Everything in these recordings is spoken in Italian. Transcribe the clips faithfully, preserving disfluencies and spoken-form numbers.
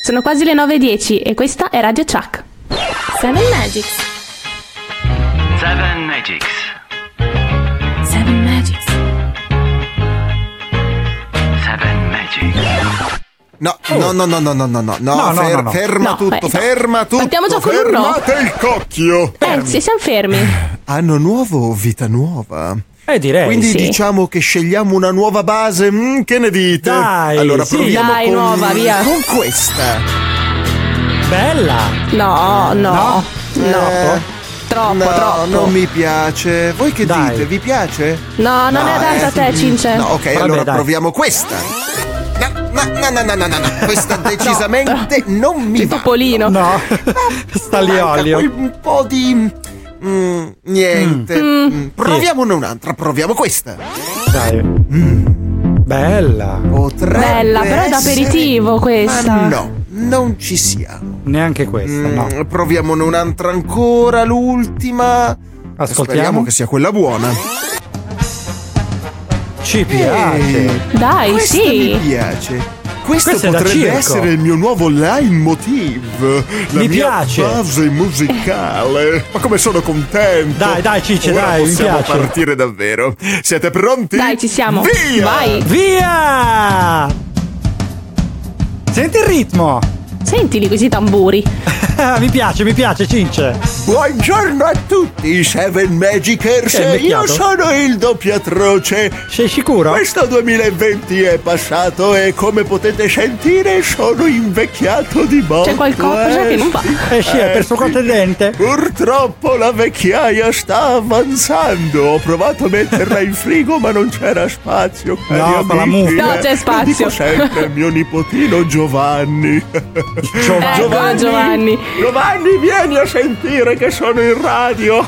Sono quasi le nove e dieci e questa è Radio Chuck. Seven Magics. Seven Magics. Seven Magics. Seven Magics. No, no, no, no, no, no, no, no, No, no, fer- no, no. ferma No, tutto, eh, no. ferma tutto. Partiamo già con un no. Fermate il cocchio. Eh, sì, siamo fermi. Anno nuovo, vita nuova. Eh, direi. Quindi sì. diciamo che scegliamo una nuova base. Mm, che ne dite? Dai, allora sì. proviamo Dai, con, nuova, via. con questa. Bella. No, no, no. Eh, Troppo, no, troppo. non mi piace. Voi che Dai. dite? Vi piace? No, non è adatta a te, Cince. No, ok, Vabbè, allora dai. proviamo questa. No, no, no, no, no, no, no. Questa decisamente non mi Il va. topolino. No. Sta lì Manca olio. quel un po' di... Mm, niente. Mm, Proviamone un'altra, proviamo questa. Dai. Bella. Potrebbe Bella, però è da essere- aperitivo questa. Ma no, non ci siamo. Neanche questa, Mm, no. Proviamone un'altra ancora, l'ultima. Ascoltiamo. Speriamo che sia quella buona. Ci piace. Dai, Questa sì. mi piace. Questo Questa è da potrebbe circo. essere il mio nuovo leitmotiv. La Mi mia piace. base musicale. Ma come sono contento. Dai, dai, Cicce, Ora dai, mi possiamo piace. partire davvero. Siete pronti? Dai, ci siamo. Via! Vai. Via! Senti il ritmo. Sentili questi tamburi. Mi piace, mi piace, Cince. Buongiorno a tutti, Seven Magicers. Che è Io invecchiato? sono il doppio atroce. Sei sicuro? Questo duemilaventi è passato e come potete sentire sono invecchiato di molto. C'è qualcosa eh, che non va. sì. Eh sì, hai perso qualche dente. Purtroppo la vecchiaia sta avanzando. Ho provato a metterla in frigo, ma non c'era spazio. Cari No, fa la amici. muffa. No, c'è Lo spazio. dico sempre a mio nipotino Giovanni. Giovanni. Eccolo, Giovanni. Giovanni, vieni a sentire che sono in radio.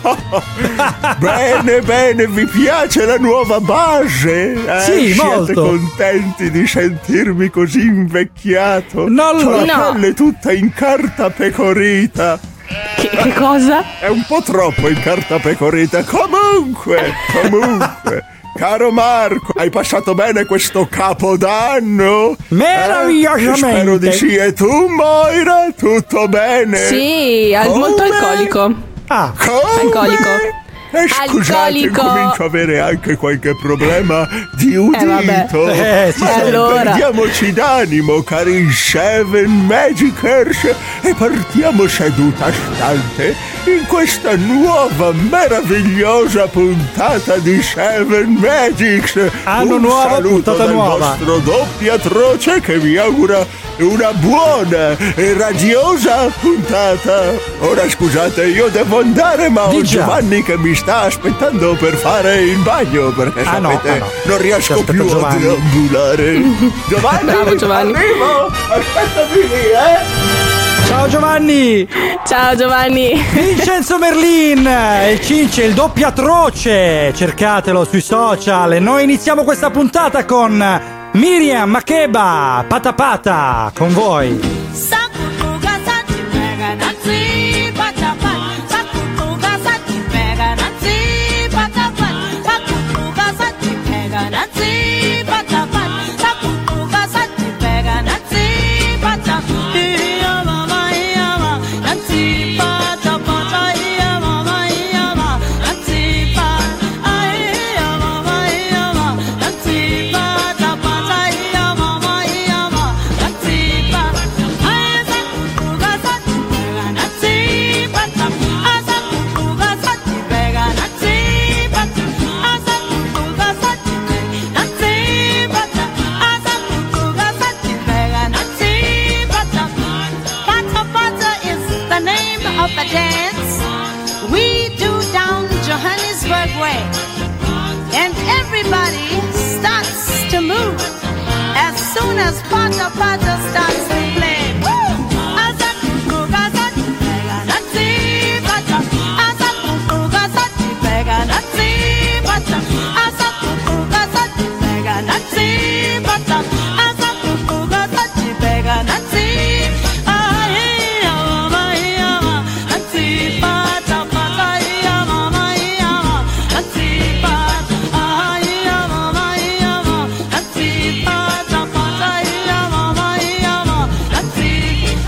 Bene, bene, vi piace la nuova base? Eh, Sì, siete molto. contenti di sentirmi così invecchiato? Non C'ho lo- la No. pelle tutta in carta pecorita. Che, che cosa? È un po' troppo in carta pecorita. Comunque, comunque. Caro Marco, hai passato bene questo capodanno? Meravigliosamente. Eh, spero di sì. E tu, Moira? Tutto bene? Sì, al- Come? molto alcolico. Ah, Come? Alcolico. Eh, scusate, Alcolico. comincio a avere anche qualche problema di udito. vabbè. Eh, sì, Ma sì. Allora. perdiamoci d'animo, cari Seven Magicers, e partiamo seduta stante in questa nuova meravigliosa puntata di Seven Magics. Anno Un nuovo, saluto puntata dal nuova. vostro doppio atroce che vi augura una buona e radiosa puntata. Ora scusate, io devo andare, ma ho Di già. Giovanni che mi sta aspettando per fare il bagno, perché Ah, no, sapete, ah, no. non Ti riesco aspetta più Giovanni. a deambulare. Giovanni, Bravo, Giovanni. arrivo, aspettami lì, eh. ciao Giovanni. Ciao, Giovanni. Vincenzo Merlin e Cince, il doppio atroce. Cercatelo sui social. E noi iniziamo questa puntata con Miriam Makeba, Pata Pata, con voi. As Pata Pata starts to play. Woo! Azakuku gazati pega natsi pata. Azakuku gazati pega natsi pata. Azakuku gazati pega natsi pata. Azakuku gazati pega natsi. Ai ama ama natsi pata pata ama ama natsi pata. Ai ama ama natsi pata.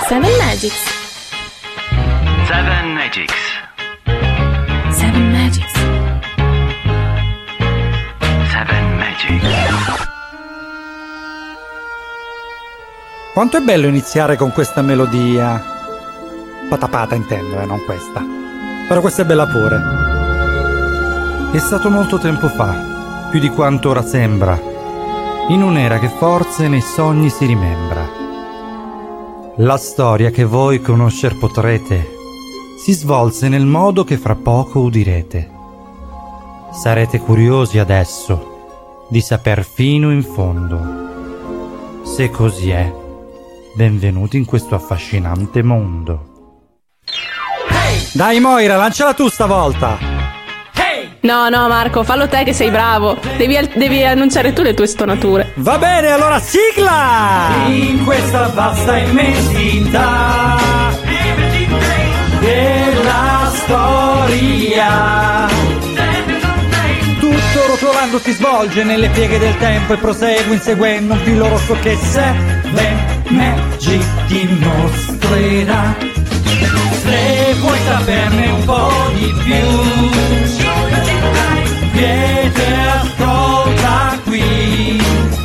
Seven Magics. Seven Magics. Seven Magics. Seven Magics. Quanto è bello iniziare con questa melodia. Patapata intendo, eh, non questa. Però questa è bella pure. È stato molto tempo fa, più di quanto ora sembra, in un'era che forse nei sogni si rimembra. La storia che voi conoscer potrete si svolse nel modo che fra poco udirete. Sarete curiosi adesso di saper fino in fondo. Se così è, benvenuti in questo affascinante mondo. Dai Moira, lanciala tu stavolta! No, no, Marco, fallo te che sei bravo. Devi, devi annunciare tu le tue stonature. Va bene, allora sigla! In questa vasta immensità della storia, tutto rotolando si svolge nelle pieghe del tempo e prosegue inseguendo un filo rosso che Seven Magic ti mostrerà. Se vuoi saperne un po' di più, vieni ascolta qui.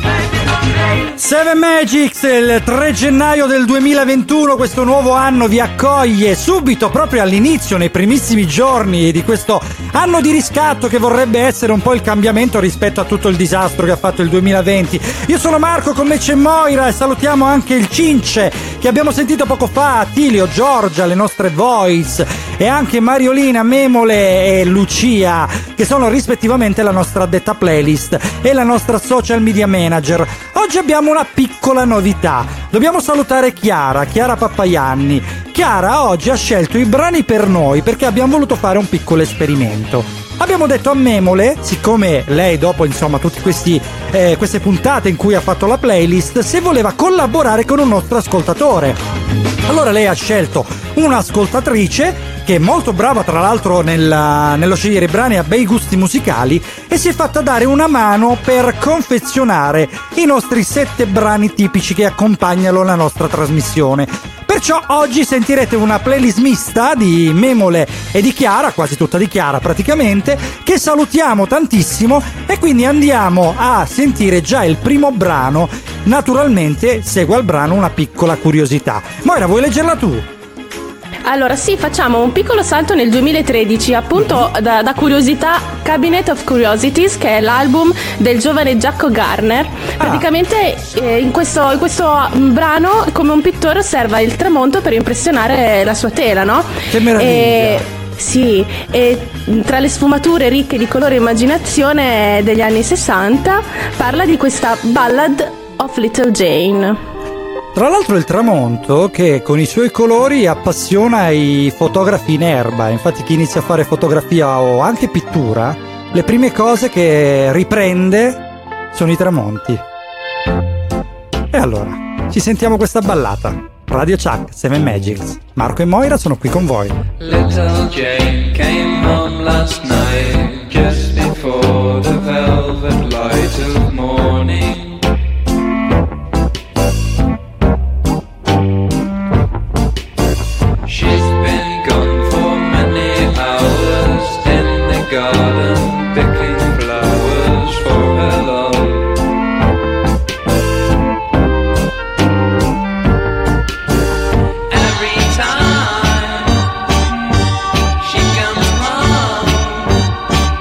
Seven Magics, il tre gennaio del duemilaventuno, questo nuovo anno vi accoglie subito, proprio all'inizio, nei primissimi giorni di questo anno di riscatto che vorrebbe essere un po' il cambiamento rispetto a tutto il disastro che ha fatto il duemilaventi. Io sono Marco, con me c'è Moira e salutiamo anche il Cince che abbiamo sentito poco fa, Attilio, Giorgia, le nostre voice, e anche Mariolina, Memole e Lucia, che sono rispettivamente la nostra addetta playlist e la nostra social media manager. Oggi abbiamo una piccola novità. Dobbiamo salutare Chiara, Chiara Pappaianni. Chiara oggi ha scelto i brani per noi perché abbiamo voluto fare un piccolo esperimento. Abbiamo detto a Memole, siccome lei dopo insomma tutti questi eh, queste puntate in cui ha fatto la playlist, se voleva collaborare con un nostro ascoltatore. Allora lei ha scelto un'ascoltatrice che è molto brava tra l'altro nel, nello scegliere brani a bei gusti musicali e si è fatta dare una mano per confezionare i nostri sette brani tipici che accompagnano la nostra trasmissione. Perciò oggi sentirete una playlist mista di Memole e di Chiara, quasi tutta di Chiara praticamente, che salutiamo tantissimo, e quindi andiamo a sentire già il primo brano. Naturalmente segue al brano una piccola curiosità. Moira, vuoi leggerla tu? Allora sì, facciamo un piccolo salto nel duemilatredici, appunto da, da curiosità, Cabinet of Curiosities, che è l'album del giovane Giacomo Garner. Praticamente eh, in, questo, in questo brano, come un pittore, osserva il tramonto per impressionare la sua tela, no? Che meraviglia! E, sì, e tra le sfumature ricche di colore e immaginazione degli anni sessanta parla di questa Ballad of Little Jane. Tra l'altro il tramonto che con i suoi colori appassiona i fotografi in erba. Infatti chi inizia a fare fotografia o anche pittura, le prime cose che riprende sono i tramonti. E allora, ci sentiamo questa ballata. Radio Chuck, Seven Magics. Marco e Moira sono qui con voi. Little Jane came home last night, just before the velvet light of morning. She's been gone for many hours in the garden, picking flowers for her love. Every time she comes home,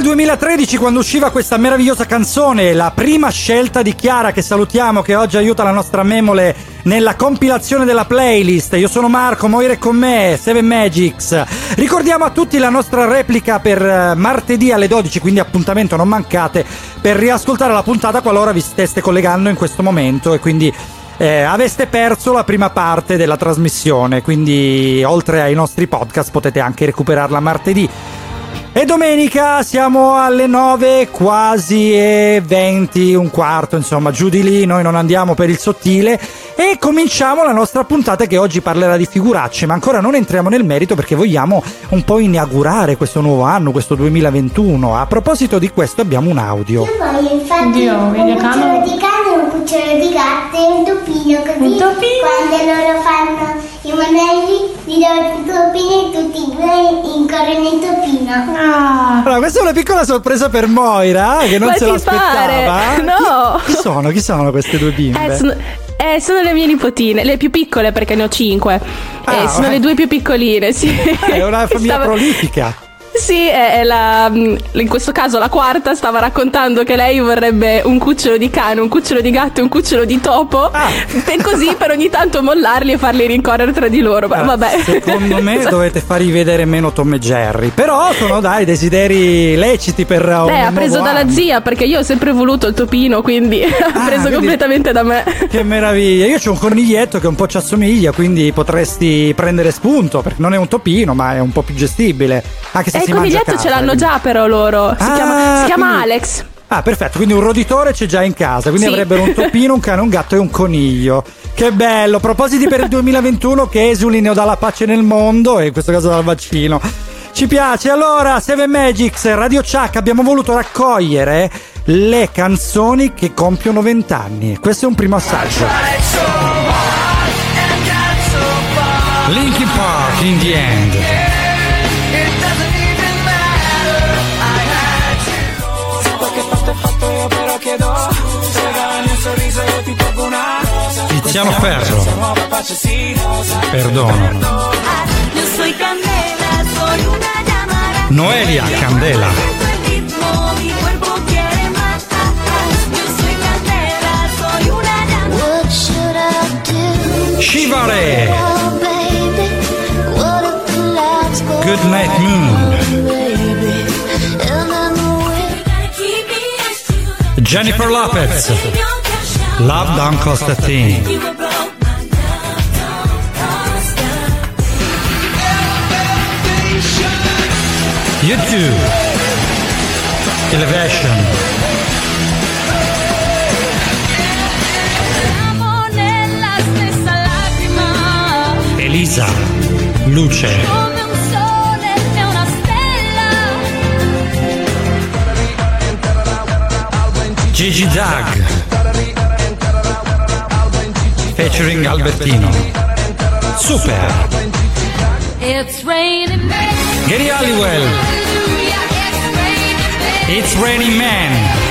duemilatredici, quando usciva questa meravigliosa canzone, la prima scelta di Chiara, che salutiamo, che oggi aiuta la nostra Memole nella compilazione della playlist. Io sono Marco, Moire con me, Seven Magics. Ricordiamo a tutti la nostra replica per martedì alle dodici, quindi appuntamento, non mancate, per riascoltare la puntata qualora vi steste collegando in questo momento e quindi eh, aveste perso la prima parte della trasmissione. Quindi oltre ai nostri podcast potete anche recuperarla martedì. E domenica siamo alle nove, quasi e venti, un quarto, insomma, giù di lì, noi non andiamo per il sottile e cominciamo la nostra puntata che oggi parlerà di figuracce, ma ancora non entriamo nel merito perché vogliamo un po' inaugurare questo nuovo anno, questo duemilaventuno. A proposito di questo abbiamo un audio. Io voglio infatti Dio, un videocamera. cucciolo di cane, un cucciolo di gatto e un topino, così Un topino? quando loro fanno i monelli li do il topino e tutti e due incorrono il topino. Ah, Allora, questa è una piccola sorpresa per Moira, che non ma se ti l'aspettava. pare? No. Chi, chi sono? Chi sono queste due bimbe? Eh, sono, eh, sono le mie nipotine, le più piccole perché ne ho cinque. Ah, eh, sono eh. le due più piccoline, sì. È una famiglia Stava- prolifica. Sì, è, è la, in questo caso la quarta stava raccontando che lei vorrebbe un cucciolo di cane, un cucciolo di gatto e un cucciolo di topo, Ah. e così per ogni tanto mollarli e farli rincorrere tra di loro. Ma Allora, vabbè. Secondo me dovete farvi vedere meno Tom e Jerry. Però sono, dai, desideri leciti per un Beh, ha preso nuovo dalla anno. zia perché io ho sempre voluto il topino, quindi ha preso quindi- completamente da me. Che meraviglia. Io c'ho un coniglietto che un po' ci assomiglia, quindi potresti prendere spunto, perché non è un topino, ma è un po' più gestibile. Anche se E si il mangia a coniglietto casa, ce l'hanno quindi- già però loro. Si Ah, chiama, si chiama quindi- Alex. Ah, perfetto, quindi un roditore c'è già in casa, quindi Sì. avrebbero un topino, un cane, un gatto e un coniglio. Che bello. Propositi per il duemilaventuno, che esulino dalla pace nel mondo e in questo caso dal vaccino. Ci piace. Allora, Seven Magics, Radio Chuck, abbiamo voluto raccogliere le canzoni che compiono vent'anni. Questo è un primo assaggio. Linkin Park, In the End. Tiziano Ferro, perdono. Yo soy candela, soy una llamarada. Noelia Candela. El ritmo, mi cuerpo quiere más. Yo soy candela, soy una llamarada. What should I do? Shivare, Oh baby, what if the lights go Good Night Moon. baby? And I know it. Keep me as you Jennifer Lopez, don't cash out. Love Don't Cost a Thing. You will blow my love, don't cost a U two, Elevation. Siamo nella stessa lacrima, Elisa, Luce. come un sole e una stella. Gigi Dag, featuring Albertino. Super. It's raining men. Gary Halliwell, Hallelujah, it's It's raining men. Raining Man.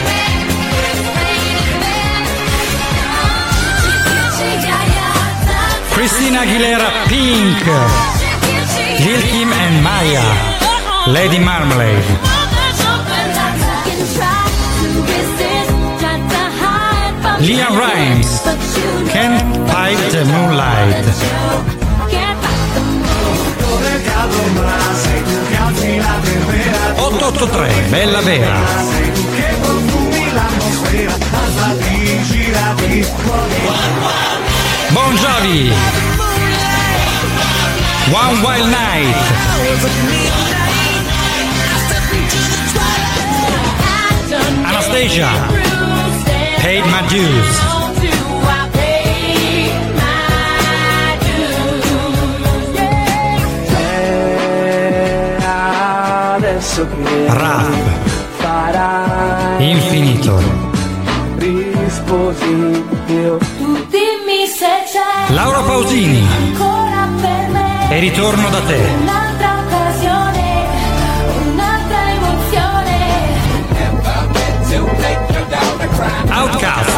Christina Aguilera, Pink. Lil Kim and Maya, Lady Marmalade. Liam Rimes, Can't Fight the Moonlight. otto otto tre, Bella Vera. Bon Jovi, One Wild Night. Anastasia, Paid My Dues. Rap, Infinito. Dimmi se c'è Laura Pausini, ancora per me E ritorno da te. un'altra occasione, un'altra emozione. Outcast,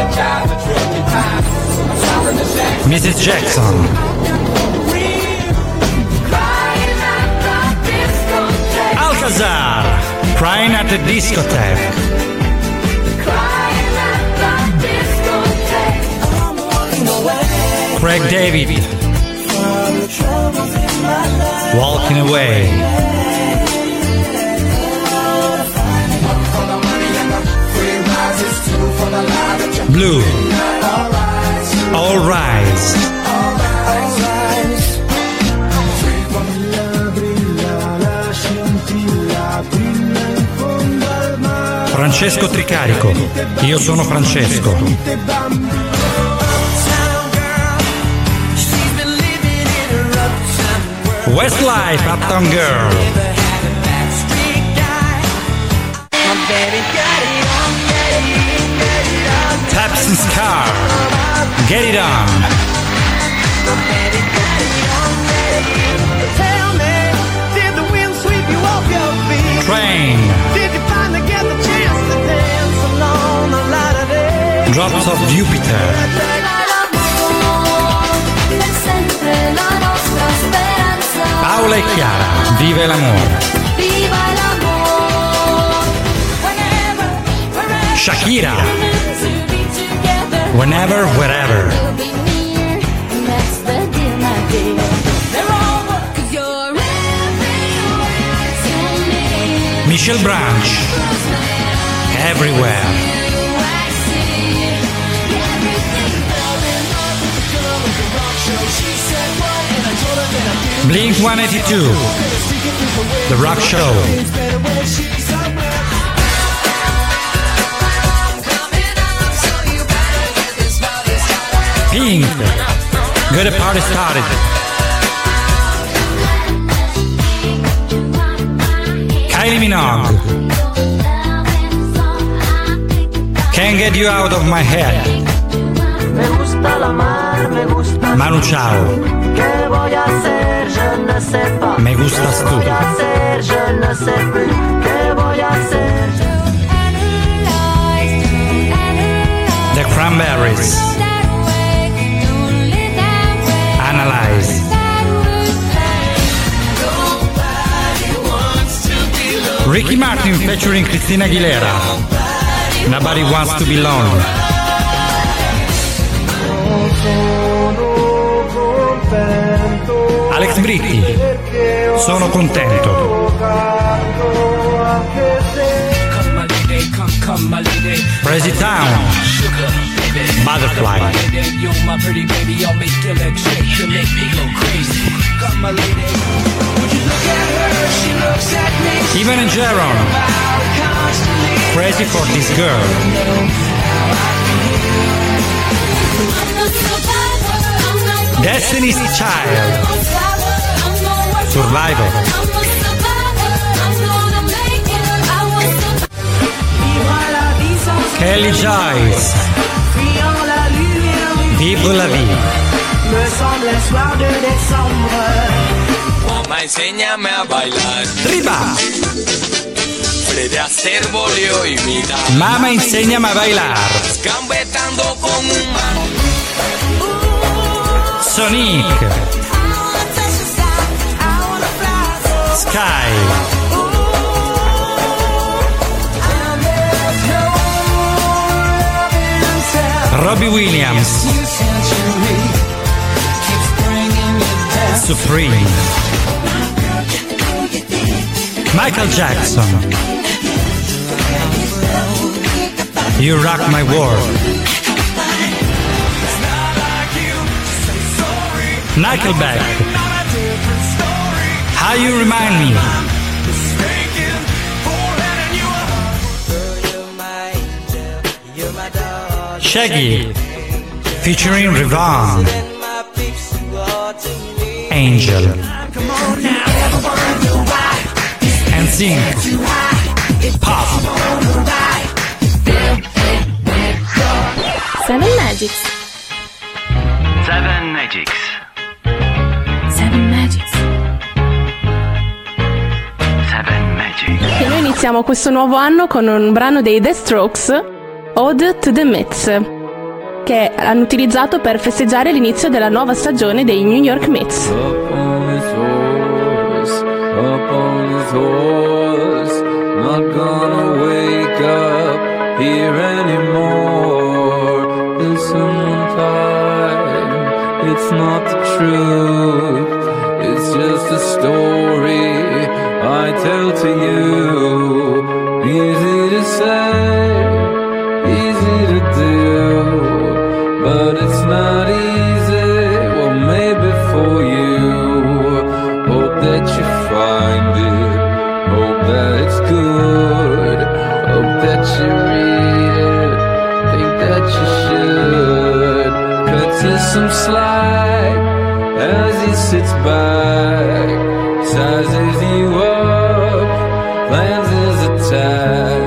missus Jackson, Alcazar, Cry Crying at the Discotheque. Craig David, Walking Away. Blue, All Rise. Francesco Tricarico, io sono Francesco. Westlife, Uptown Girl. Taps and Scar, Get It On. Train, Drops of Jupiter. Paola e Chiara, vive l'amore. Shakira, Whenever, Wherever. Michelle Branch, Everywhere. Blink one eighty-two, The Rock Show. Pink, Get a Party Started. Kylie Minogue, Can't Get You Out of My Head. Manu Chao, Me Gustas Tú. The Cranberries, Analyze. Ricky Martin featuring Christina Aguilera, Nobody Wants to Be Lonely. Alex Britti, Sono Contento. Crazy Town, Butterfly. Steven and Jaron, Crazy for This Girl. Destiny's Child, Survivor. Kelly Joyce, Vive la vie. Mamma inséñame a bailar. Riba, Fred Astaire voglio imitare. Mamma inséñame a bailar. Sgambettando con un mano. Sonic, Sky, Robbie Williams, Supreme, Michael Jackson, You Rock My World. Nickelback, How You Remind Me. Shaggy, featuring Revon. Angel. And Sync, Pop. Seven Magics. Seven Magics. Seven Magics. Seven Magics. E noi iniziamo questo nuovo anno con un brano dei The Strokes, Ode to the Mets, che hanno utilizzato per festeggiare l'inizio della nuova stagione dei New York Mets. Up on his horse, up on his horse, not gonna wake up here anymore. And sometimes it's not the truth, it's just a story I tell to you. Easy to say, easy to do, but it's not easy, well maybe for you. Hope that you find it, hope that it's good, hope that you read it, think that you should. Cuts you some slack as he sits back, sizes you up, plans his attack.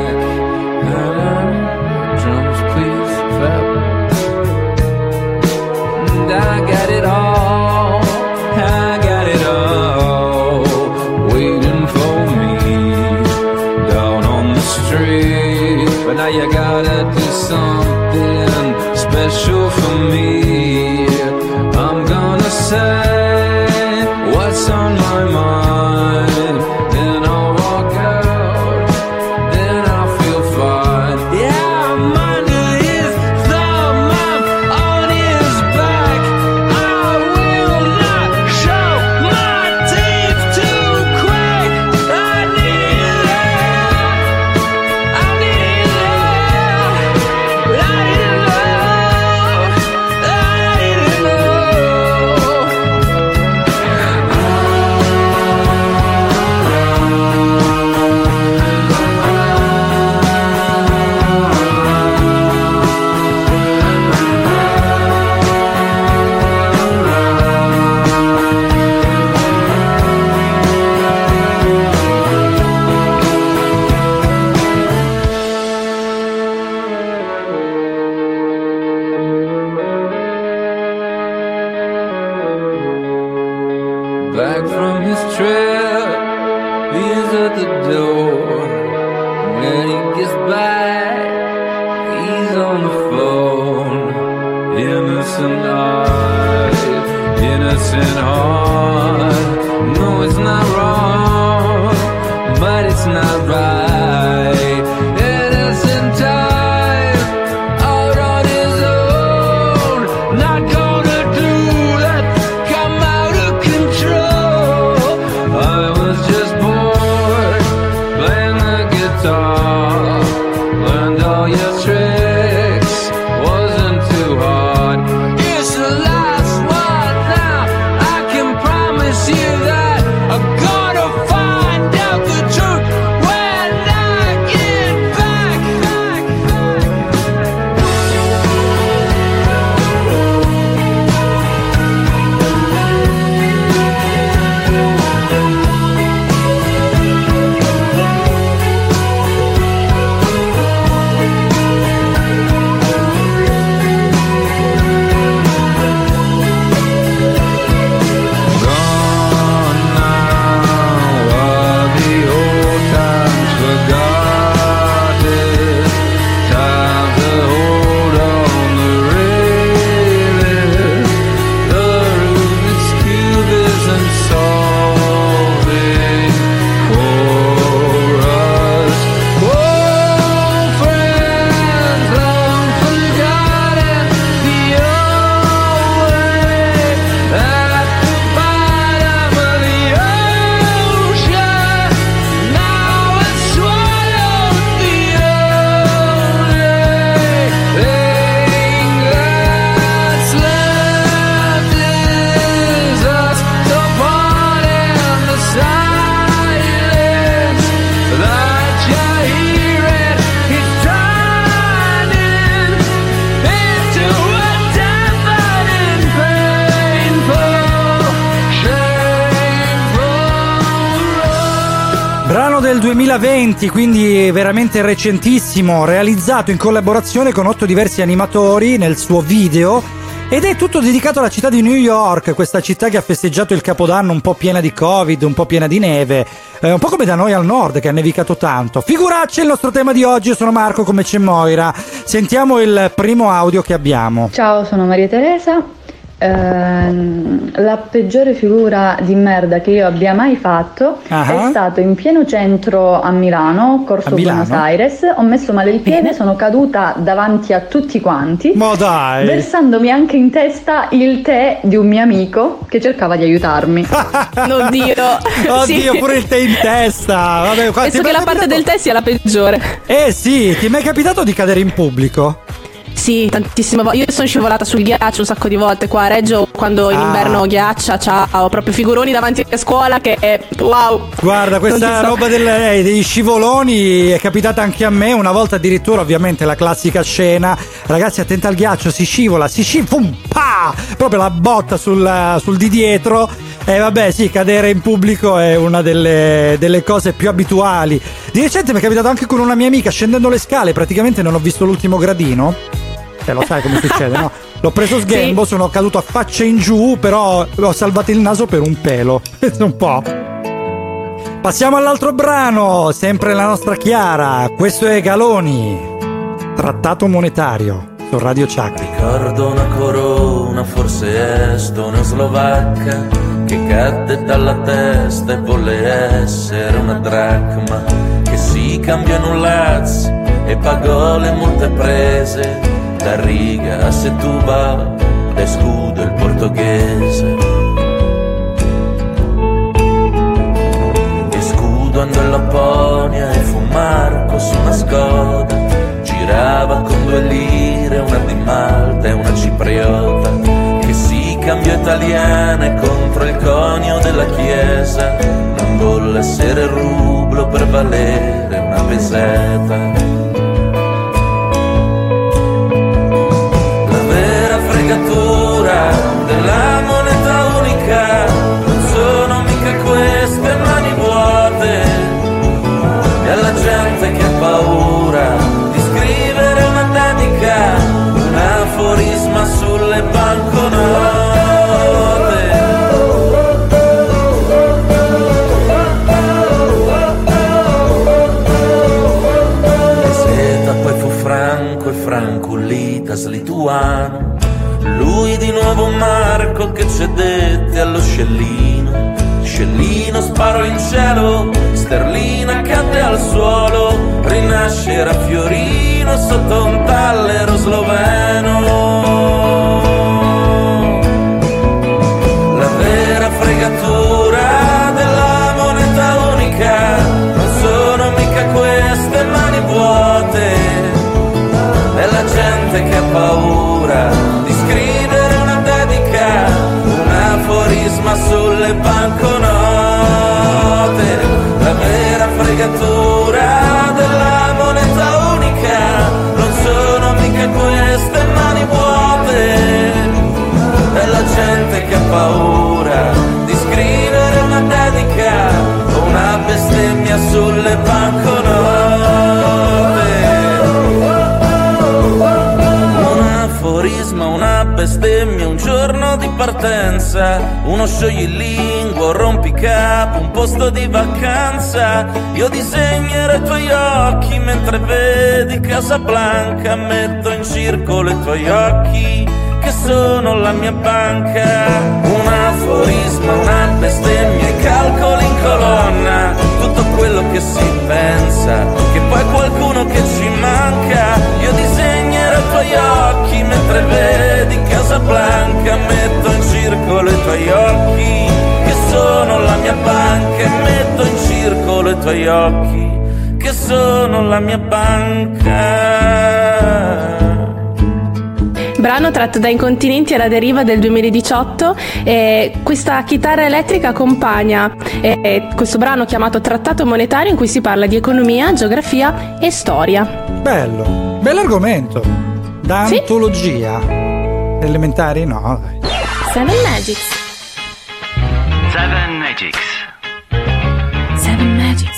Drums please clap. And I got it all, I got it all, waiting for me down on the street. But now you gotta do something special for me. I'm gonna say what's on my mind, then I'll walk out, then I'll feel fine. Yeah, I'm under his thumb, I'm on his back. I will not show my teeth to crack. I need love, I need love, I need love, I need love. Back from his trip, he's at the door. When he gets back, he's on the phone. Innocent eyes, innocent heart. No, it's not wrong, but it's not right. Innocent time, out on his own. Not gonna do that, come out of control. I was just bored, playing the guitar. Learned all your tricks, wasn't too hard. It's the last one now, I can promise you that I'm gonna find out the truth when I get back, back, back. Gone now are the old times forgotten. Time to hold on the railing. The Rubik's Cube isn't solving for us. Old friends long forgotten, the old way at the bottom of the ocean. Now it's swallowed the only thing that's left is us. So part in the silence that you're hearing is turning into a deafening, painful, shameful road. Brano del duemilaventi, quindi veramente recentissimo, realizzato in collaborazione con otto diversi animatori nel suo video, ed è tutto dedicato alla città di New York, questa città che ha festeggiato il Capodanno un po' piena di Covid, un po' piena di neve, eh, un po' come da noi al nord che ha nevicato tanto. Figuracce, il nostro tema di oggi. Io sono Marco, come c'è Moira. Sentiamo il primo audio che abbiamo. Ciao, sono Maria Teresa ehm, la peggiore figura di merda che io abbia mai fatto Ah. è stato in pieno centro a Milano, Corso A Milano? Buenos Aires. Ho messo male il piede, sono caduta davanti a tutti quanti, Ma dai! versandomi anche in testa il tè di un mio amico che cercava di aiutarmi. Oddio. Oddio, Sì. pure il tè in testa. Vabbè, qua- ti Penso è che mai la parte capitato- del tè sia la peggiore. Eh sì, ti è mai capitato di cadere in pubblico? Sì, tantissime volte. Io sono scivolata sul ghiaccio un sacco di volte qua a Reggio quando in Ah. inverno ghiaccia. Ciao, proprio figuroni davanti a scuola che è wow. Guarda, Non questa ti so- roba del- eh, degli scivoloni è capitata anche a me. Una volta addirittura, ovviamente, la classica scena. Ragazzi, attenta al ghiaccio, si scivola, si scivola, pum, pa! Proprio la botta sul, sul di dietro. E vabbè, sì, cadere in pubblico è una delle, delle cose più abituali. Di recente mi è capitato anche con una mia amica, scendendo le scale, praticamente non ho visto l'ultimo gradino. Eh, lo sai come succede, no? L'ho preso sghembo, sono caduto a faccia in giù, però ho salvato il naso per un pelo. Pensa un po'. Passiamo all'altro brano, sempre la nostra Chiara. Questo è Galoni, Trattato monetario, su Radio Chuck. Ricordo una corona, forse estone o slovacca, che cadde dalla testa e volle essere una dracma, che si cambiò in un Laz e pagò le multe prese da riga a Setúbal, da scudo il portoghese. E scudo andò in Lapponia e fu Marco su una Skoda, girava con due lire, una di Malta e una cipriota, che si cambiò italiana contro il conio della chiesa, non volle essere rublo per valere una peseta. Della moneta unica non sono mica queste mani vuote, e alla gente che ha paura di scrivere una dedica, un aforisma sulle banconote. Peseta poi fu Franco e Franco Litas lituano, lui di nuovo Marco che cedette allo scellino. Scellino sparò in cielo, sterlina cadde al suolo, rinasce era Fiorino sotto un tallero sloveno. La vera fregatura della moneta unica non sono mica queste mani vuote, è la gente che ha paura sulle banconote. La vera fregatura della moneta unica non sono mica queste mani vuote, è la gente che ha paura di scrivere una dedica o una bestemmia sulle banconote. Un aforisma, una bestemmia, un giorno di partenza, uno scioglilingua, un rompicapo, un posto di vacanza. Io disegnerò i tuoi occhi mentre vedi Casablanca, metto in circolo i tuoi occhi che sono la mia banca. Un aforisma, una bestemmia, i calcoli in colonna, tutto quello che si pensa, che poi qualcuno che ci manca. Io disegnerò i tuoi occhi mentre vedi Casablanca, metto in circolo i tuoi occhi che sono la mia banca, metto in circolo i tuoi occhi che sono la mia banca. Brano tratto da Incontinenti alla deriva del duemiladiciotto. E questa chitarra elettrica accompagna eh, questo brano chiamato Trattato monetario, in cui si parla di economia, geografia e storia. Bello, bell'argomento. Da Sì? antologia. Elementari? No, dai. Seven Magics. Seven Magics. Seven Magics.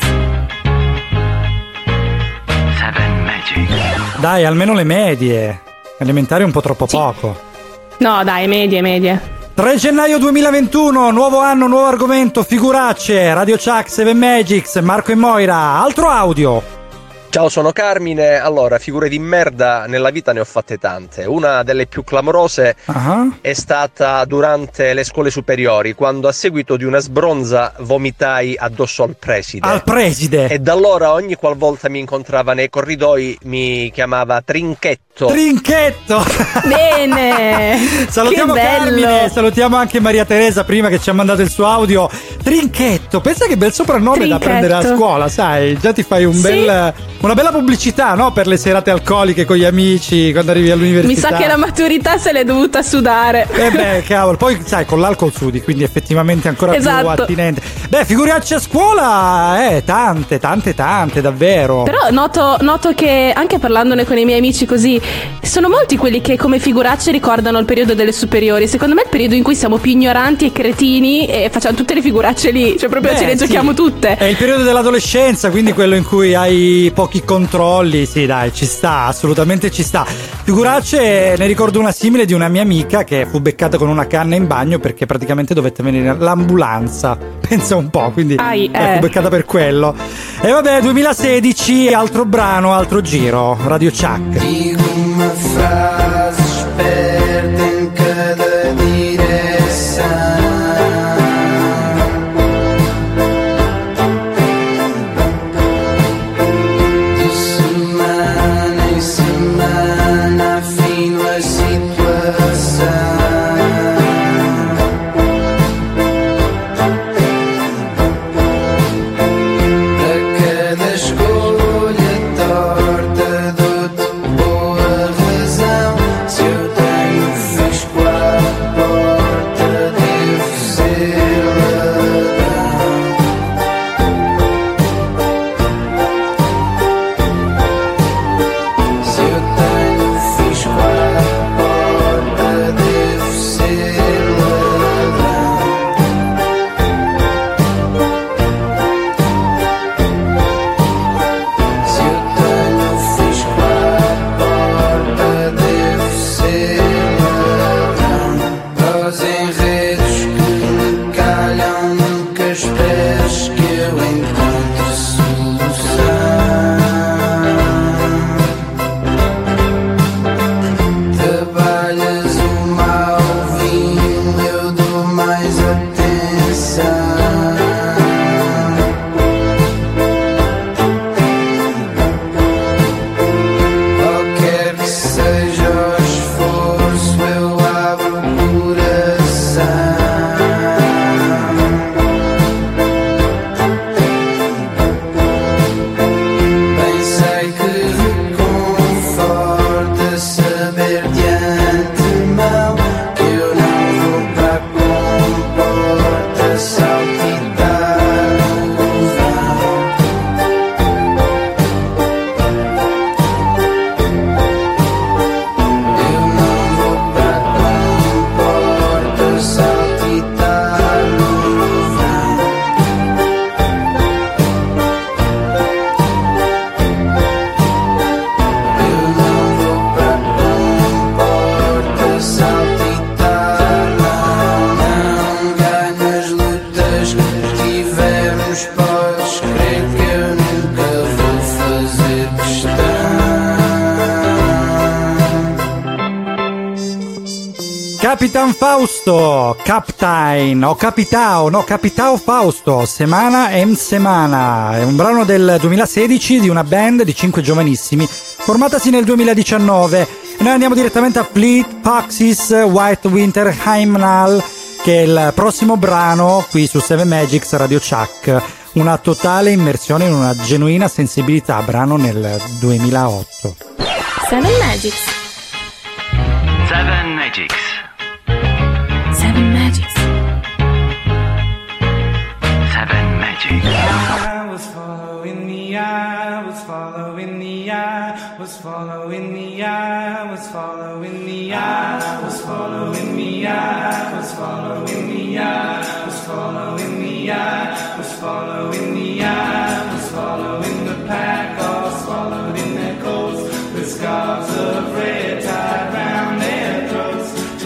Seven Magics. Dai, almeno le medie. Elementari un po' troppo poco. No, dai, medie, medie. tre gennaio duemilaventuno, nuovo anno, nuovo argomento, figuracce, Radio Chuck, Seven Magics, Marco e Moira, altro audio. Ciao, sono Carmine. Allora, figure di merda nella vita ne ho fatte tante. Una delle più clamorose uh-huh. è stata durante le scuole superiori, quando a seguito di una sbronza vomitai addosso al preside. Al preside! E da allora ogni qualvolta mi incontrava nei corridoi mi chiamava Trinchetto. Trinchetto! Bene! Salutiamo Carmine, salutiamo anche Maria Teresa prima che ci ha mandato il suo audio. Trinchetto, pensa che bel soprannome Trinchetto. Da prendere a scuola, sai? Già ti fai un sì. bel... una bella pubblicità, no? Per le serate alcoliche con gli amici quando arrivi all'università. Mi sa che la maturità se l'è dovuta sudare. Eh beh, cavolo, poi sai, con l'alcol sudi, quindi effettivamente ancora esatto. più attinente. Beh, figuriamoci a scuola, eh, tante, tante, tante, davvero. Però noto, noto che anche parlandone con i miei amici così, sono molti quelli che come figuracce ricordano il periodo delle superiori. Secondo me è il periodo in cui siamo più ignoranti e cretini e facciamo tutte le figuracce lì, cioè proprio Beh, ce le sì. giochiamo tutte. È il periodo dell'adolescenza, quindi quello in cui hai pochi controlli, sì dai, ci sta, assolutamente ci sta. Figuracce, ne ricordo una simile di una mia amica che fu beccata con una canna in bagno perché praticamente dovette venire l'ambulanza, pensa un po', quindi Ai, eh, eh. fu beccata per quello. E vabbè, duemilasedici, altro brano, altro giro, Radio Chuck. Dico una frase, sperta in cada direzione. Capitan Fausto, Captain, o Capitao, no, Capitao Fausto, Semana em Semana. È un brano del duemilasedici di una band di cinque giovanissimi, formatasi nel duemiladiciannove. E noi andiamo direttamente a Fleet Foxes White Winter Hymnal, che è il prossimo brano qui su Seven Magics Radio Chuck. Una totale immersione in una genuina sensibilità, brano nel duemilaotto. Seven Magics. Seven Magics. Seven Magics. Seven Magics. I was following the eye, was following the eye, was following the eye, was following the eye, was following the eye, was following the eye, was following the eye, was following the eye, was following the pack, all swallowed in their coats, with scarves of red tied round their throats.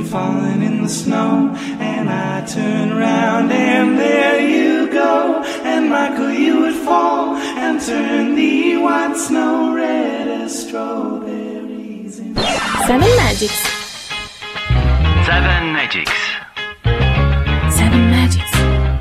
falling in the snow. And I turn around and there you go. And Michael, you would fall and turn the white snow red as strawberries. Seven Magics. Seven Magics. Seven Magics.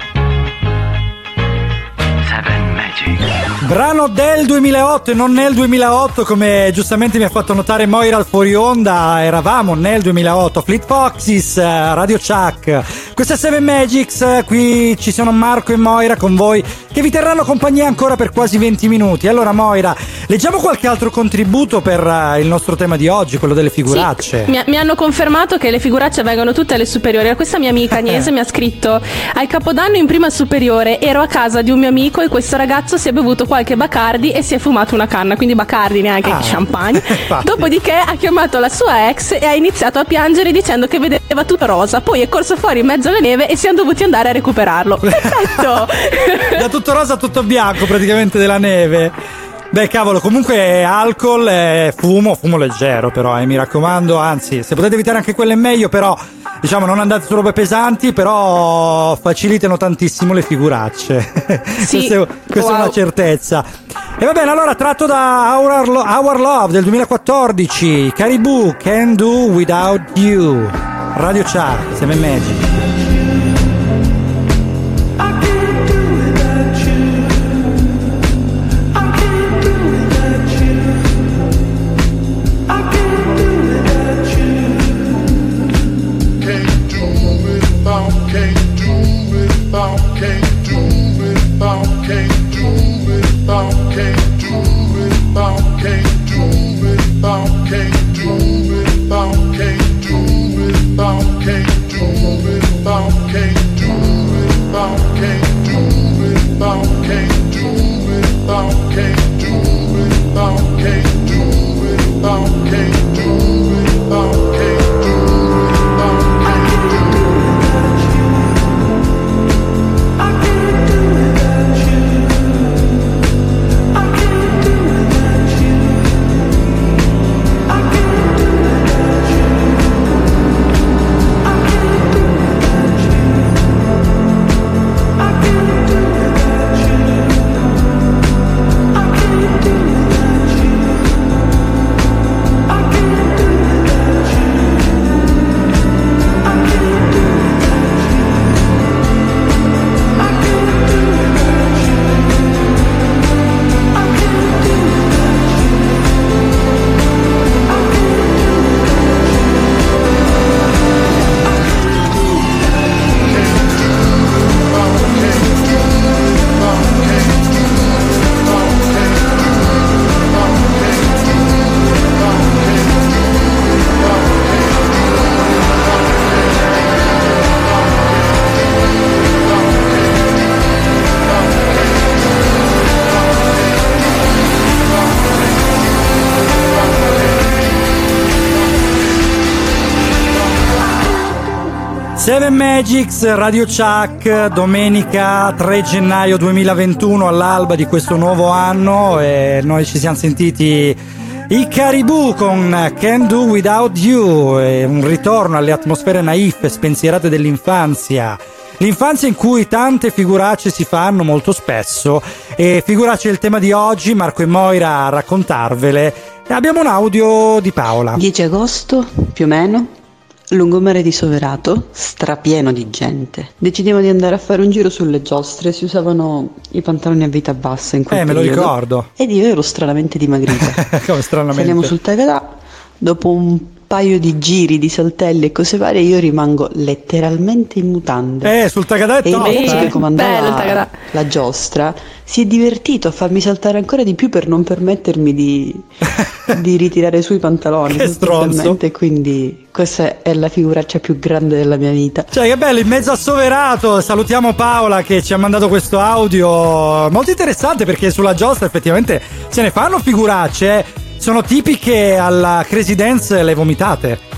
Seven Magics. Brano del duemilaotto e non nel duemilaotto, come giustamente mi ha fatto notare Moira al fuori onda. Eravamo nel duemilaotto. Fleet Foxes, Radio Chuck. Questa è Seven Magics. Qui ci sono Marco e Moira con voi, che vi terranno compagnia ancora per quasi venti minuti. Allora Moira, leggiamo qualche altro contributo per uh, il nostro tema di oggi, quello delle figuracce. Sì, mi, mi hanno confermato che le figuracce vengono tutte alle superiori. Questa mia amica Agnese mi ha scritto: al Capodanno in prima superiore ero a casa di un mio amico e questo ragazzo si è bevuto qualche Bacardi e si è fumato una canna, quindi Bacardi, neanche Ah. champagne. Dopodiché ha chiamato la sua ex e ha iniziato a piangere dicendo che vedeva tutto rosa, poi è corso fuori in mezzo alla neve e siamo dovuti andare a recuperarlo. Perfetto. Da tutto rosa a tutto bianco praticamente della neve. Beh cavolo, comunque alcol e fumo, fumo leggero però, eh, mi raccomando, anzi se potete evitare anche quello è meglio, però diciamo non andate su robe pesanti, però facilitano tantissimo le figuracce. Sì. Questa, è, questa Wow. è una certezza. E va bene, allora tratto da Our, Lo- Our Love del duemilaquattordici, Caribou, Can Do Without You, Radio Chuck, Seven Magic. Seven Magics, Radio Chuck, domenica tre gennaio duemilaventuno all'alba di questo nuovo anno, e noi ci siamo sentiti i Caribou con Can Do Without You, e un ritorno alle atmosfere naif e spensierate dell'infanzia. L'infanzia in cui tante figuracce si fanno molto spesso, e figuracce è il tema di oggi, Marco e Moira a raccontarvele. E abbiamo un audio di Paola. dieci agosto, più o meno, lungomare di Soverato, strapieno di gente. Decidiamo di andare a fare un giro sulle giostre, si usavano i pantaloni a vita bassa in quel Eh, me lo periodo. ricordo. Ed io ero stranamente dimagrita. Come stranamente. Saliamo sul Tagadà, dopo un paio di giri di saltelli e cose varie io rimango letteralmente in mutande. Eh, sul Tagadà è E il top, ragazzo eh. che Bello il comandava Tagadà. la giostra si è divertito a farmi saltare ancora di più per non permettermi di, di ritirare su i pantaloni. Che stronzo. sostanzialmente, quindi questa è la figuraccia più grande della mia vita. Cioè, che bello, in mezzo a Soverato. Salutiamo Paola che ci ha mandato questo audio molto interessante, perché sulla giostra effettivamente se ne fanno figuracce. Sono tipiche alla Crazy Dance le vomitate.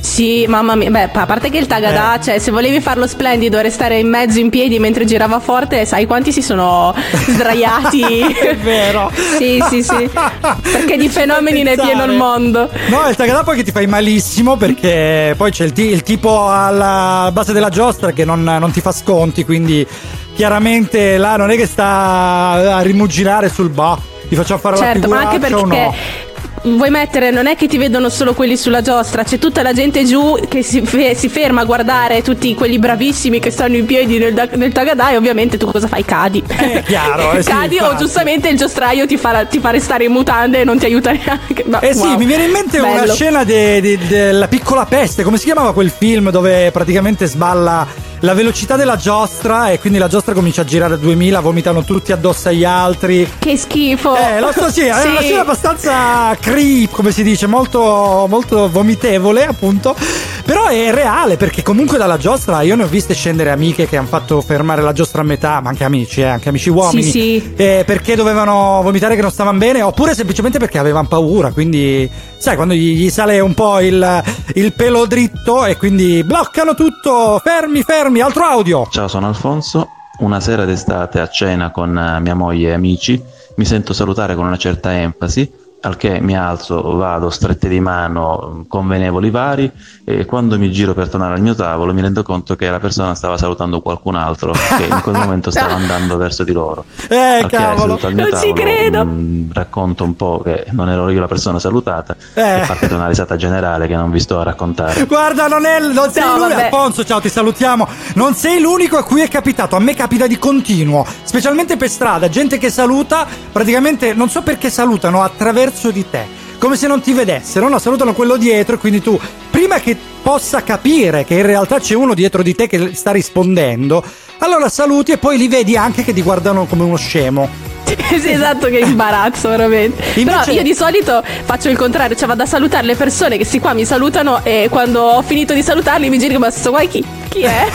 Sì, mamma mia, beh, a parte che il Tagada, Eh. cioè se volevi farlo splendido e restare in mezzo in piedi mentre girava forte, sai quanti si sono sdraiati? È vero. Sì, sì, sì. Perché di fenomeni ne è pieno il mondo. No, il Tagada poi che ti fai malissimo perché poi c'è il, ti- il tipo alla base della giostra che non, non ti fa sconti, quindi chiaramente là non è che sta a rimuginare sul bah, ti facciamo fare Certo, la ma anche figuraccia o perché no? vuoi mettere, non è che ti vedono solo quelli sulla giostra, c'è tutta la gente giù che si, fe- si ferma a guardare tutti quelli bravissimi che stanno in piedi nel, da- nel Tagada e ovviamente tu cosa fai? Cadi. È chiaro, eh sì, Cadi o infatti. giustamente il giostraio ti fa, ti fa restare in mutande e non ti aiuta neanche. Ma, Eh sì, wow. mi viene in mente una Bello. scena de- de- della Piccola Peste, come si chiamava quel film dove praticamente sballa la velocità della giostra e quindi la giostra comincia a girare a duemila, vomitano tutti addosso agli altri. Che schifo. Eh, lo so, sì, è Sì. una scena abbastanza creep, come si dice, molto, molto vomitevole, appunto. Però è reale, perché comunque dalla giostra io ne ho viste scendere amiche che hanno fatto fermare la giostra a metà, ma anche amici, eh, anche amici uomini. Sì, sì. Eh, perché dovevano vomitare che non stavano bene, oppure semplicemente perché avevano paura. Quindi, sai, quando gli, gli sale un po' il, il pelo dritto e quindi bloccano tutto. Fermi, fermi, altro audio. Ciao, sono Alfonso. Una sera d'estate a cena con eh, mia moglie e amici mi sento salutare con una certa enfasi, al che mi alzo, vado, strette di mano, convenevoli vari, e quando mi giro per tornare al mio tavolo mi rendo conto che la persona stava salutando qualcun altro che in quel momento stava andando verso di loro. Eh, Al che, cavolo, seduto al mio non ci tavolo, credo. mh, racconto un po' che non ero io la persona salutata Eh. e partita una risata generale che non vi sto a raccontare. Guarda, non, è, non sei No, l'unico. vabbè. Alfonso, ciao, ti salutiamo. Non sei l'unico a cui è capitato. A me capita di continuo, specialmente per strada. Gente che saluta, praticamente non so perché salutano attraverso di te, come se non ti vedessero, no? Salutano quello dietro e quindi tu, prima che possa capire che in realtà c'è uno dietro di te che sta rispondendo, allora saluti e poi li vedi anche che ti guardano come uno scemo. Sì, esatto, che imbarazzo veramente. Invece- Però io di solito faccio il contrario, cioè vado a salutare le persone che si qua mi salutano e quando ho finito di salutarli mi giro, ma sto qua chi, chi è?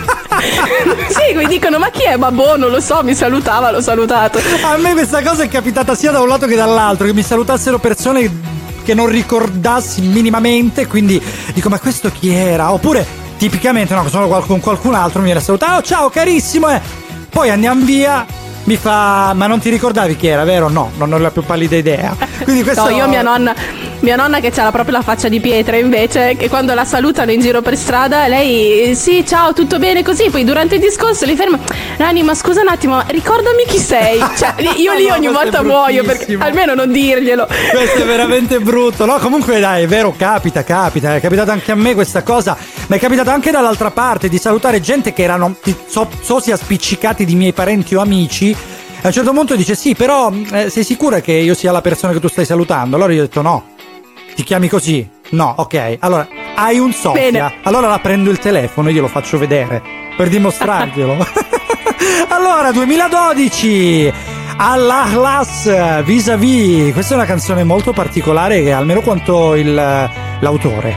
Sì, mi dicono ma chi è? Ma boh, non lo so, mi salutava, l'ho salutato. A me questa cosa è capitata sia da un lato che dall'altro, che mi salutassero persone che non ricordassi minimamente, quindi dico ma questo chi era? Oppure tipicamente no, sono qual- con qualcun altro mi viene a salutare, oh ciao carissimo, eh. Poi andiamo via, mi fa ma non ti ricordavi chi era, vero? No, non ho la più pallida idea. Quindi questo No, io mia nonna, mia nonna che ha proprio la faccia di pietra invece, che quando la salutano in giro per strada, lei sì, ciao, tutto bene così, poi durante il discorso li ferma, Rani, ma scusa un attimo, ricordami chi sei. Cioè, io lì No, ogni questo è volta muoio perché bruttissimo. almeno non dirglielo. Questo è veramente brutto, no? Comunque dai, è vero, capita, capita, è capitato anche a me questa cosa, ma è capitato anche dall'altra parte di salutare gente che erano so, so sia spiccicati di miei parenti o amici. A un certo punto dice sì, però eh, sei sicura che io sia la persona che tu stai salutando? Allora io ho detto no. Ti chiami così? No, ok. Allora, hai un Sofia? Bene. Allora la prendo il telefono e glielo faccio vedere per dimostrarglielo. Allora, duemiladodici, Al-Ahlas, Vis-a-Vis. Questa è una canzone molto particolare che è almeno quanto il, l'autore.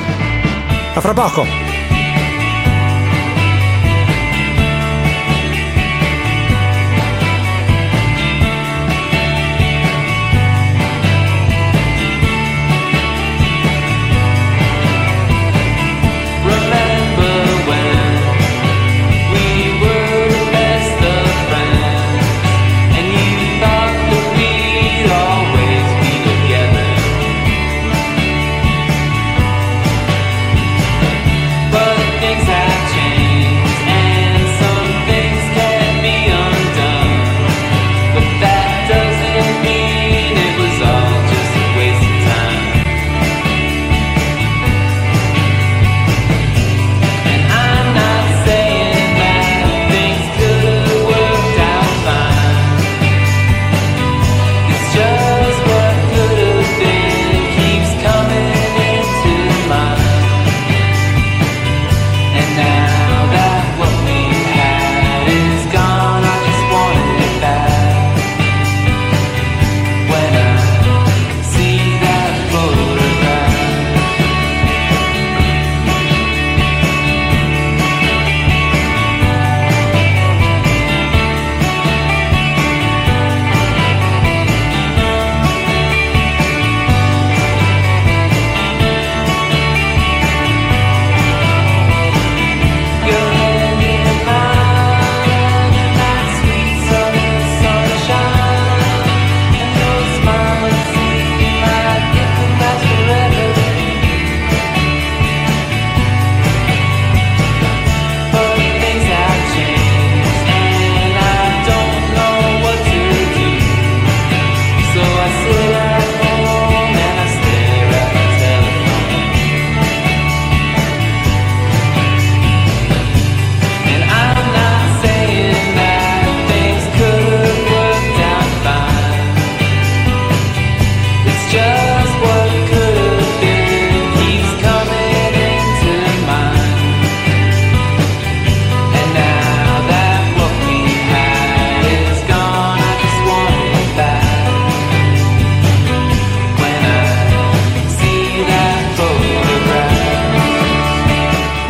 A fra poco. Together.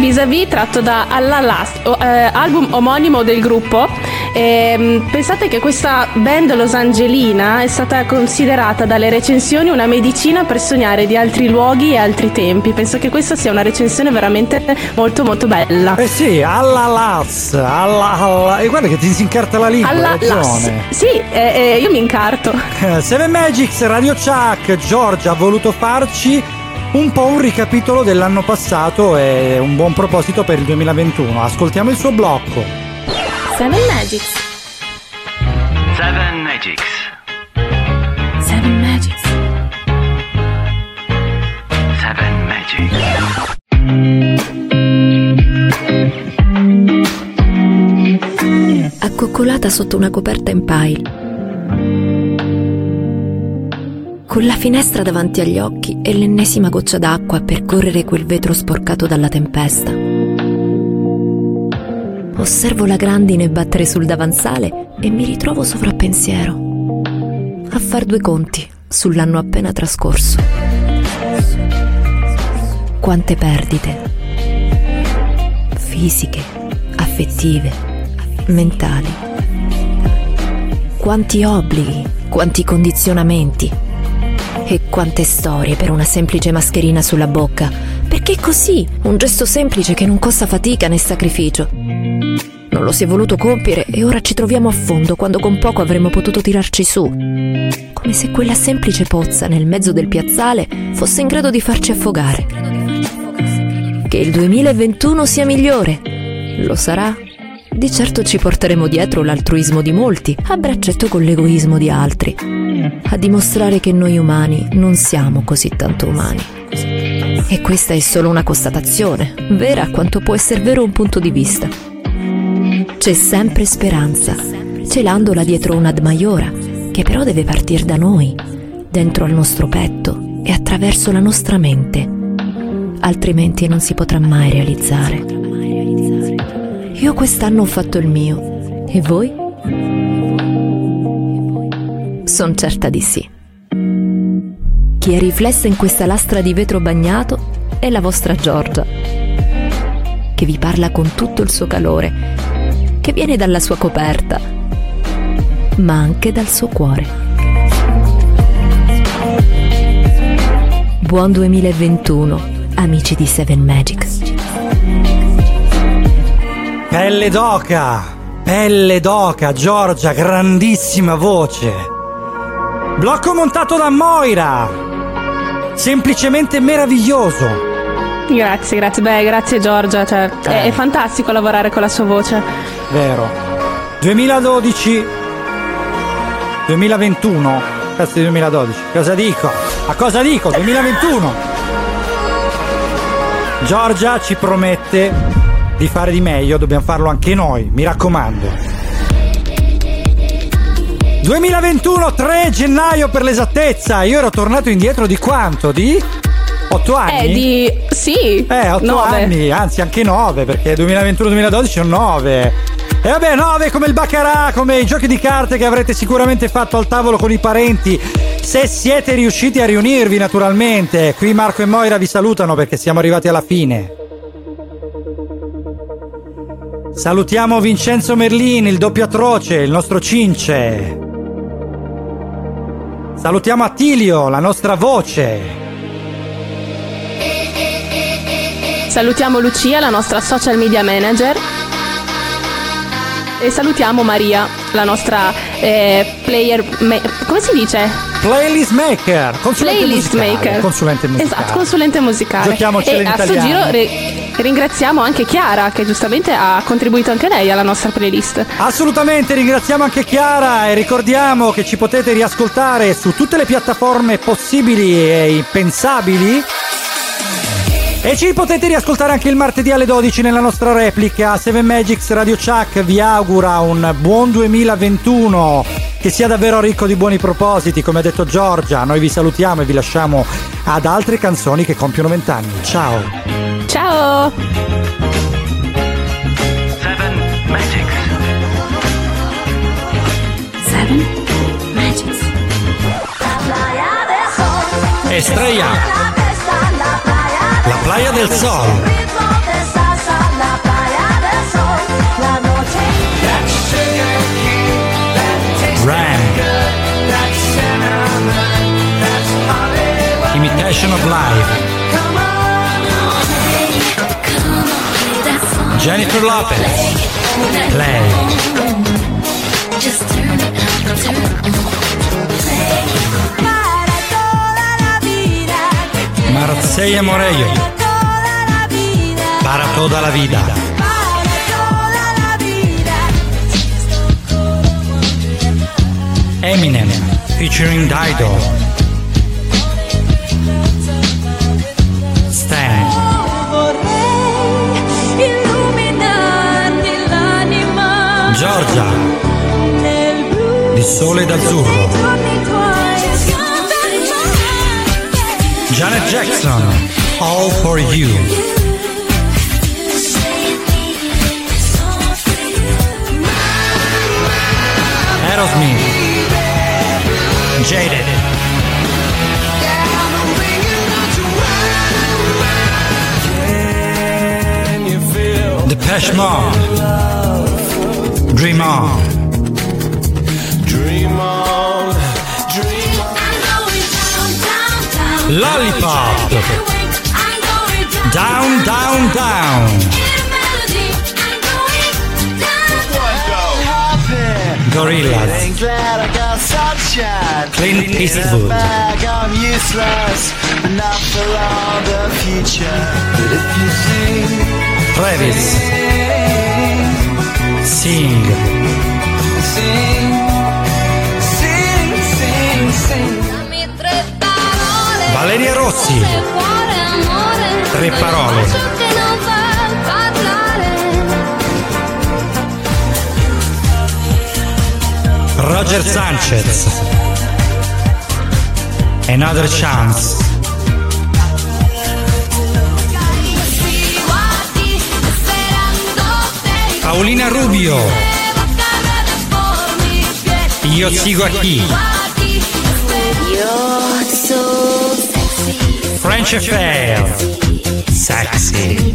Vis-a-Vis, tratto da Alla Last, o- eh, album omonimo del gruppo. E, pensate che questa band losangelina è stata considerata dalle recensioni una medicina per sognare di altri luoghi e altri tempi. Penso che questa sia una recensione veramente molto molto bella. Eh sì, alla Las, alla, alla e guarda che ti si incarta la lingua. Alla hai ragione. Las. Sì, eh, eh, io mi incarto. Seven Magics, Radio Chuck, Giorgia ha voluto farci un po' un ricapitolo dell'anno passato e un buon proposito per il duemilaventuno. Ascoltiamo il suo blocco. Seven Magics. Seven Magics. Seven Magics. Seven Magics. Accoccolata sotto una coperta in pile, con la finestra davanti agli occhi e l'ennesima goccia d'acqua a percorrere quel vetro sporcato dalla tempesta. Osservo la grandine battere sul davanzale e mi ritrovo sovrappensiero, a far due conti sull'anno appena trascorso. Quante perdite, fisiche, affettive, mentali. Quanti obblighi, quanti condizionamenti e quante storie per una semplice mascherina sulla bocca, perché è così, un gesto semplice che non costa fatica né sacrificio. Non lo si è voluto compiere e ora ci troviamo a fondo quando con poco avremmo potuto tirarci su, come se quella semplice pozza nel mezzo del piazzale fosse in grado di farci affogare. Che il duemilaventuno sia migliore, lo sarà? Di certo ci porteremo dietro l'altruismo di molti, a braccetto con l'egoismo di altri, a dimostrare che noi umani non siamo così tanto umani. E questa è solo una constatazione, vera quanto può essere vero un punto di vista. C'è sempre speranza, celandola dietro una Ad Maiora, che però deve partire da noi, dentro al nostro petto e attraverso la nostra mente, altrimenti non si potrà mai realizzare. Io quest'anno ho fatto il mio, e voi? Son certa di sì. Chi è riflessa in questa lastra di vetro bagnato è la vostra Giorgia, che vi parla con tutto il suo calore, che viene dalla sua coperta, ma anche dal suo cuore. Buon duemilaventuno, amici di Seven Magics. Pelle d'oca, pelle d'oca, Giorgia, grandissima voce. Blocco montato da Moira, semplicemente meraviglioso. Grazie, grazie, beh, grazie Giorgia, cioè, Eh. è, è fantastico lavorare con la sua voce. Vero. duemiladodici, duemilaventuno, cazzo di duemiladodici, cosa dico? Ma cosa dico? duemilaventuno. Giorgia ci promette di fare di meglio, dobbiamo farlo anche noi, mi raccomando. duemilaventuno, tre gennaio per l'esattezza. Io ero tornato indietro di quanto? Di otto anni? Eh, di... sì. Eh, otto nove. anni, anzi anche nove, perché duemilaventuno duemiladodici sono nove. E vabbè, nove come il baccarat, come i giochi di carte che avrete sicuramente fatto al tavolo con i parenti, se siete riusciti a riunirvi naturalmente. Qui Marco e Moira vi salutano perché siamo arrivati alla fine. Salutiamo Vincenzo Merlin, il doppio atroce, il nostro Cince. Salutiamo Attilio, la nostra voce. Salutiamo Lucia, la nostra social media manager. E salutiamo Maria, la nostra eh, player... ma- come si dice? Playlist maker, consulente Playlist musicale, maker. consulente musicale. Esatto, consulente musicale. Giochiamocela e in a sto italiano. giro ri- ringraziamo anche Chiara, che giustamente ha contribuito anche lei alla nostra playlist. Assolutamente, ringraziamo anche Chiara e ricordiamo che ci potete riascoltare su tutte le piattaforme possibili e impensabili. E ci potete riascoltare anche il martedì alle dodici nella nostra replica. Seven Magics Radio Chuck vi augura un buon duemilaventuno, che sia davvero ricco di buoni propositi, come ha detto Giorgia. Noi vi salutiamo e vi lasciamo ad altre canzoni che compiono vent'anni. Ciao. Ciao. Seven Magics. Seven Magics. Estrella. La playa del sol. Celebration of Life. Jennifer Lopez. Play. Marcella Morello. Para toda la vida. Eminem featuring Dido. Stan. Giorgia. Di sole d'azzurro. Janet Jackson. All for you. Aerosmith. Jaded. Depeche Mode. Dream on. Dream on, dream on. Lollipop. Down, down, down. Gorillaz. Glad I got sunshine. Clint Eastwood. I'm useless, but not for all the future. But if you sing, Travis. Sing. sing, sing, sing, sing. Valeria Rossi. Tre parole. Roger Sanchez. Another Chance. Paolina Rubio. Io sigo aquí. French Affair. Sexy.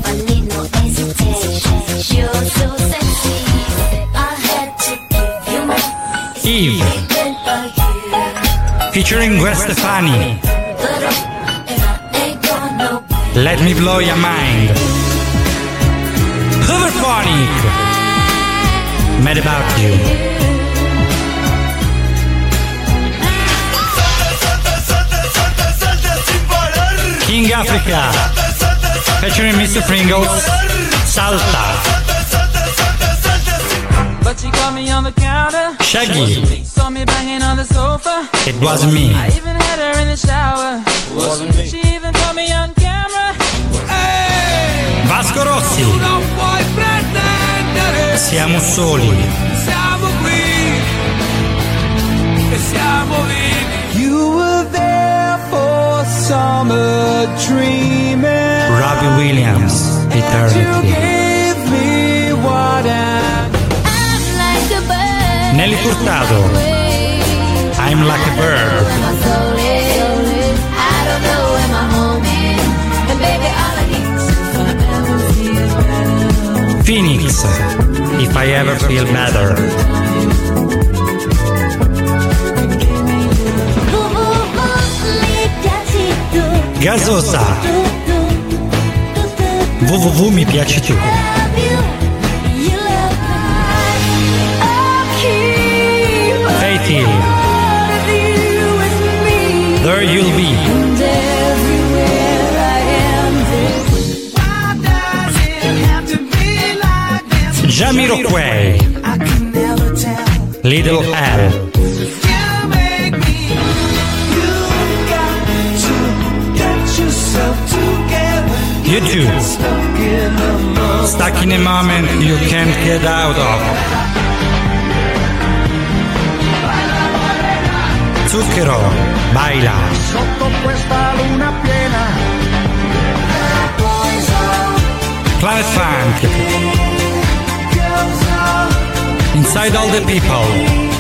Eve. Featuring Gwen Stefani. Let Me Blow Your Mind. Hooverphonic. Mad About You. King Africa. Featuring Mister Pringles. Salta. But she caught me on the counter. Shaggy. Saw me banging on the sofa. It wasn't me. I even had her in the shower. Wasn't me. She even caught me on camera. Hey! Vasco Rossi. Tu non puoi pretendere. Siamo soli. Siamo qui. E siamo vivi. You were there for summer dreaming. Robbie Williams. Eternity. Give me what I'm Nelly Furtado. I'm like a bird. Phoenix. If I ever feel better. Gasosa. www mi piaci tu. Faith Hill. There you'll be. Jamiroquai. Little L. You too. Stuck in a moment you can't get out of. Zucchero, baila. Sotto questa luna piena. Planet Funk. Inside all the people.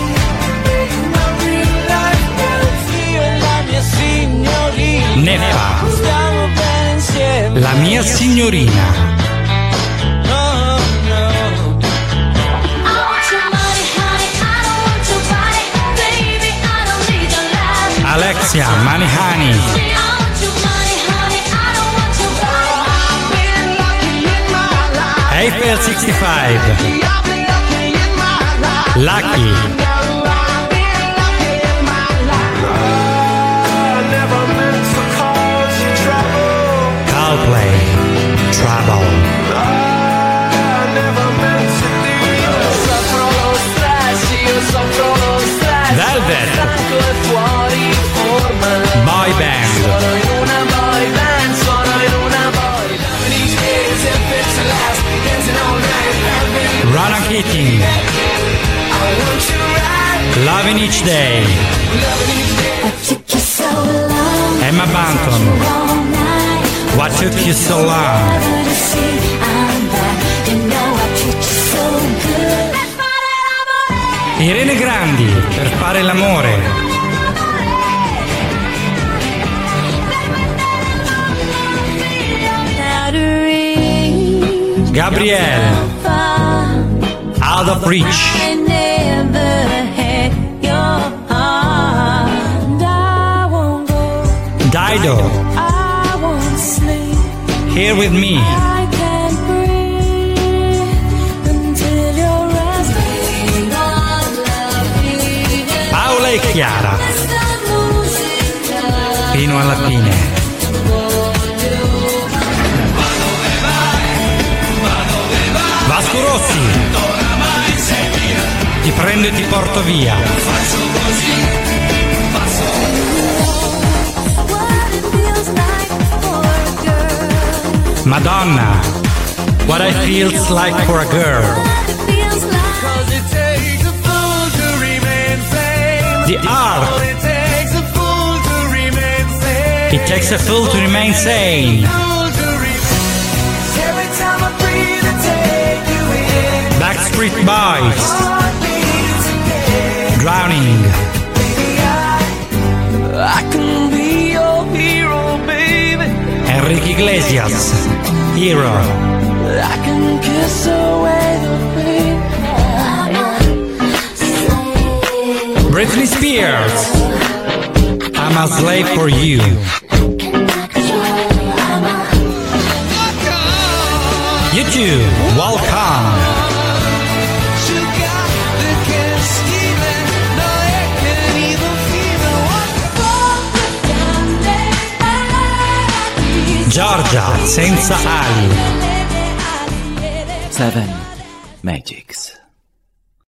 Neffa. La mia signorina. Alexia, Money Honey. Eiffel sessantacinque. Lucky. Coldplay. Trouble. Velvet. Boy band. Sono in una boy band, sono in una boy band. Ronan Keating. Loving Each Day. Emma Bunton. What Took You So Long. Irene Grandi, Per fare l'amore. Gabrielle, Out of Reach. Dido, Here With Me. Paola e Chiara, fino alla fine. Vasco Rossi, ti prendo e ti porto via. Madonna, What I Feels Like for a Girl. The Ark, It Takes a Fool to Remain Sane. Backstreet Boys, Drowning. I can be your hero, baby. Enrique Iglesias, Hero. I can kiss away the pain. Britney Spears, I'm a Slave for You. U two, Welcome. Giorgia, Senza ali. Seven Magics.